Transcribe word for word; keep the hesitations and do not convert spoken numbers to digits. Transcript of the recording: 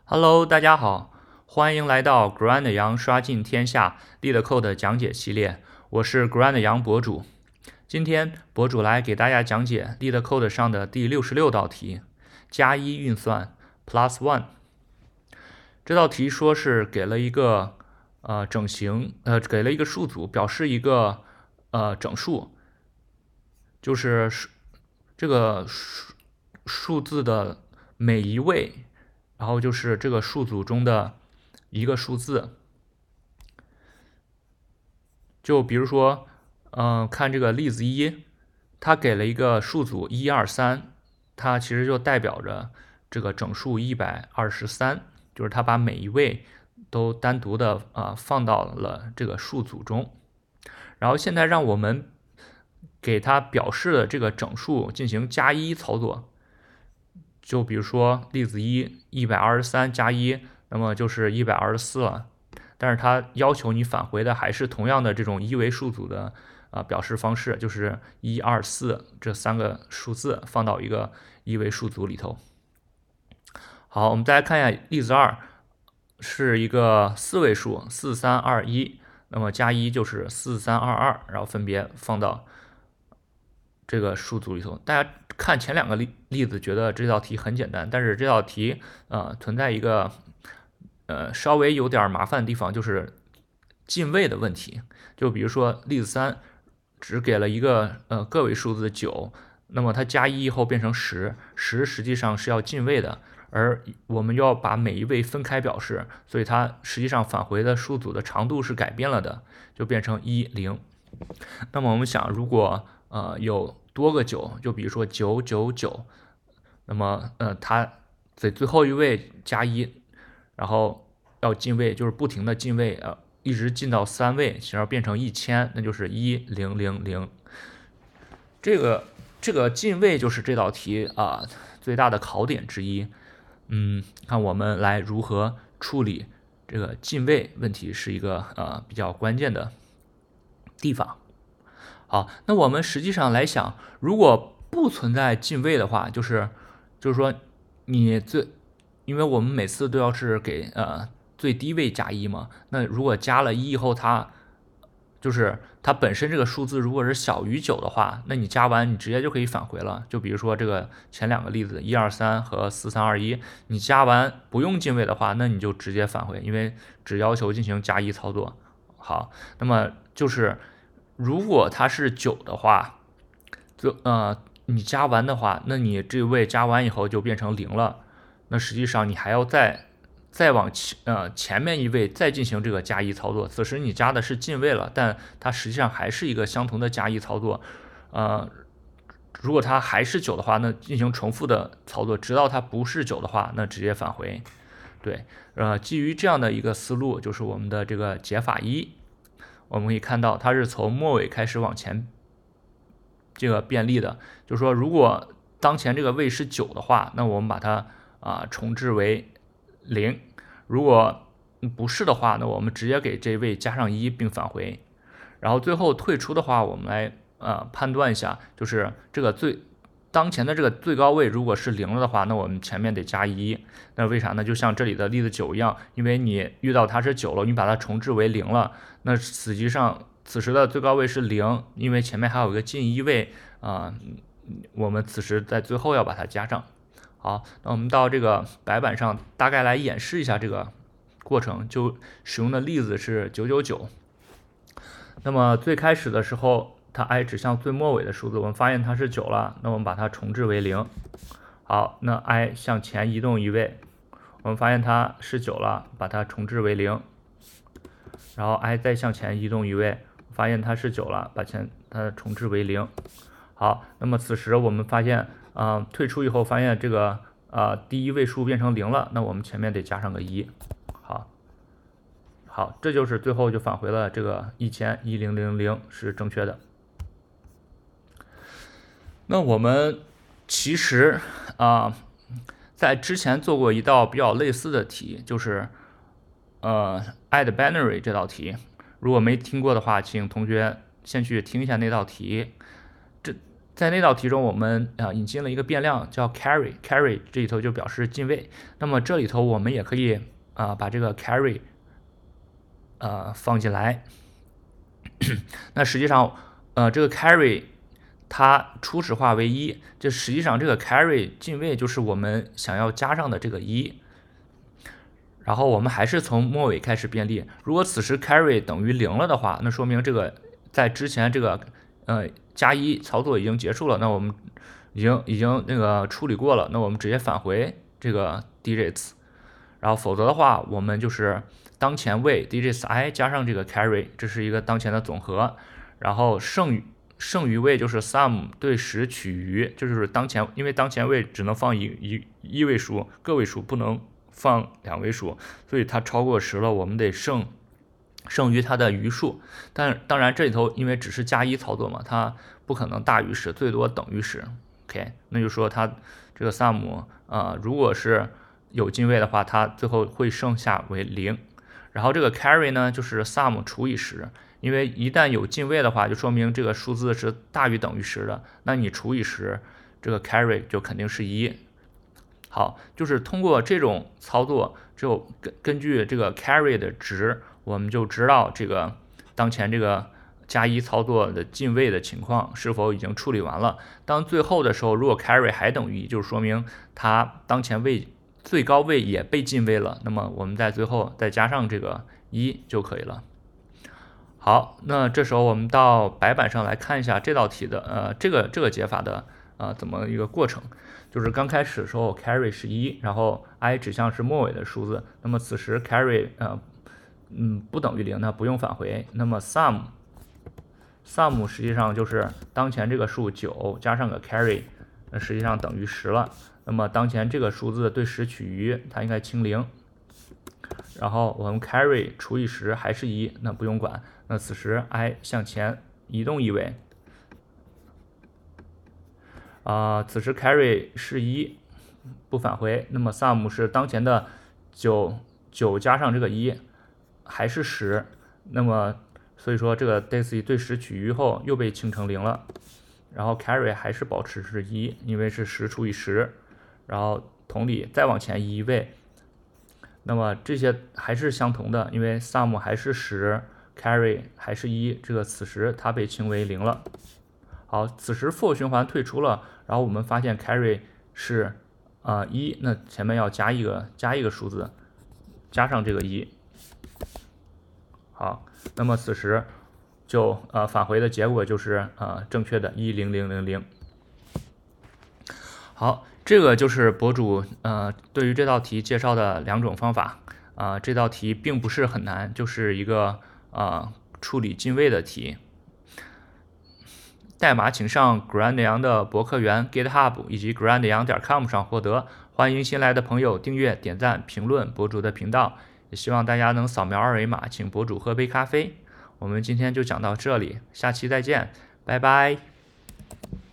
Hello，大家好，欢迎来到 Grand 杨刷尽天下 LeetCode 讲解系列，我是 Grand 杨博主。今天博主来给大家讲解 LeetCode 上的第六十六道题，加一运算 Plus One。这道题说是给了一个呃整形，呃给了一个数组，表示一个呃整数，就是这个数数字的每一位。然后就是这个数组中的一个数字，就比如说，嗯、呃，看这个例子一，它给了一个数组一二三，它其实就代表着这个整数一百二十三，就是它把每一位都单独的啊、呃、放到了这个数组中。然后现在让我们给它表示的这个整数进行加一操作。就比如说例子一，一百二十三加一，那么就是一百二十四了。但是它要求你返回的还是同样的这种一维数组的啊、呃、表示方式，就是一二四这三个数字放到一个一维数组里头。好，我们再来看一下例子二，是一个四位数四三二一，那么加一就是四三二二，然后分别放到这个数组里头。大家看前两个例例子，觉得这道题很简单，但是这道题呃存在一个呃稍微有点麻烦的地方，就是进位的问题。就比如说例子三，只给了一个呃个位数字九，那么它加一以后变成十，十实际上是要进位的，而我们要把每一位分开表示，所以它实际上返回的数组的长度是改变了的，就变成一零。那么我们想，如果呃有多个九，就比如说九九九，那么呃它在最后一位加一，然后要进位，就是不停的进位，呃一直进到三位，想要变成一千，那就是一零零零。这个这个进位就是这道题啊、呃、最大的考点之一。嗯，看我们来如何处理这个进位问题，是一个呃比较关键的地方。好，那我们实际上来想，如果不存在进位的话，就是就是说你最，因为我们每次都要是给呃最低位加一嘛，那如果加了一以后，它就是它本身这个数字如果是小于九的话，那你加完你直接就可以返回了。就比如说这个前两个例子一二三和四三二一，你加完不用进位的话，那你就直接返回，因为只要求进行加一操作。好，那么就是如果它是九的话，就呃你加完的话，那你这位加完以后就变成零了，那实际上你还要再再往前呃前面一位再进行这个加一操作，此时你加的是进位了，但它实际上还是一个相同的加一操作。呃，如果它还是九的话，那进行重复的操作，直到它不是九的话，那直接返回。对，呃，基于这样的一个思路，就是我们的这个解法一，我们可以看到它是从末尾开始往前这个变例的，就是说如果当前这个位是九的话，那我们把它啊、呃、重置为零，如果不是的话，那我们直接给这位加上一并返回，然后最后退出的话，我们来呃判断一下，就是这个最当前的这个最高位如果是零了的话，那我们前面得加一。那为啥呢？就像这里的例子九一样，因为你遇到它是九了，你把它重置为零了，那实际上此时的最高位是零，因为前面还有一个进一位啊、呃，我们此时在最后要把它加上。好，那我们到这个白板上大概来演示一下这个过程，就使用的例子是九九九。那么最开始的时候，它 i 指向最末尾的数字，我们发现它是九了，那我们把它重置为零。好，那 i 向前移动一位，我们发现它是九了，把它重置为零。然后 i 再向前移动一位，发现它是九了，把前它重置为零。好，那么此时我们发现，啊、呃，退出以后发现这个啊、呃、第一位数变成零了，那我们前面得加上个一。好，好，这就是最后就返回了这个一千一零零零是正确的。那我们其实啊、呃，在之前做过一道比较类似的题，就是呃 add binary 这道题。如果没听过的话，请同学先去听一下那道题。这在那道题中，我们啊引进了一个变量叫 carry，carry 这里头就表示进位。那么这里头我们也可以啊把这个 carry 呃放进来。那实际上，呃这个 carry 它初始化为一，这实际上这个 carry 进位就是我们想要加上的这个一。然后我们还是从末尾开始变例。如果此时 carry 等于零了的话，那说明这个在之前这个呃加一操作已经结束了，那我们已经已经那个处理过了，那我们直接返回这个 digits。然后否则的话，我们就是当前位 digits I 加上这个 carry， 这是一个当前的总和，然后剩余剩余位就是 sum 对十取余，这就是当前，因为当前位只能放一一一位数，个位数不能放两位数，所以它超过十了，我们得剩剩余它的余数。但当然这里头因为只是加一操作嘛，它不可能大于十，最多等于十。OK， 那就说它这个 sum 啊、呃，如果是有进位的话，它最后会剩下为零。然后这个 carry 呢，就是 sum 除以十，因为一旦有进位的话，就说明这个数字是大于等于十的，那你除以十，这个 carry 就肯定是一。好，就是通过这种操作，就根根据这个 carry 的值，我们就知道这个当前这个加一操作的进位的情况是否已经处理完了。当最后的时候，如果 carry 还等于一，就是说明它当前位最高位也被进位了，那么我们在最后再加上这个一就可以了。好，那这时候我们到白板上来看一下这道题的呃这个这个解法的呃怎么一个过程。就是刚开始的时候 carry 是一，然后 I 指向是末尾的数字，那么此时 carry 呃嗯不等于零，那不用返回。那么 sum sum 实际上就是当前这个数九加上个 carry， 那实际上等于十了。那么当前这个数字对十取余，它应该清零。然后我们 carry 除以十还是一，那不用管。那此时 I 向前移动一位。啊、呃，此时 carry 是一，不返回。那么 sum 是当前的九九加上这个一，还是十。那么所以说这个 Daisy 对十取余后又被清成零了。然后 carry 还是保持是一，因为是十除以十。然后同理再往前移一位，那么这些还是相同的，因为 sum 还是十 ，carry 还是一，这个此时它被清为零了。好，此时 for 循环退出了，然后我们发现 carry 是啊一，那前面要加一个加一个数字，加上这个一。好，那么此时就呃返回的结果就是呃正确的一零零零零。好，这个就是博主呃对于这道题介绍的两种方法啊、呃，这道题并不是很难，就是一个啊、呃、处理进位的题。代码请上 Grand 杨的博客园 GitHub 以及 grand 杨点 com 上获得。欢迎新来的朋友订阅、点赞、评论博主的频道，也希望大家能扫描二维码，请博主喝杯咖啡。我们今天就讲到这里，下期再见，拜拜。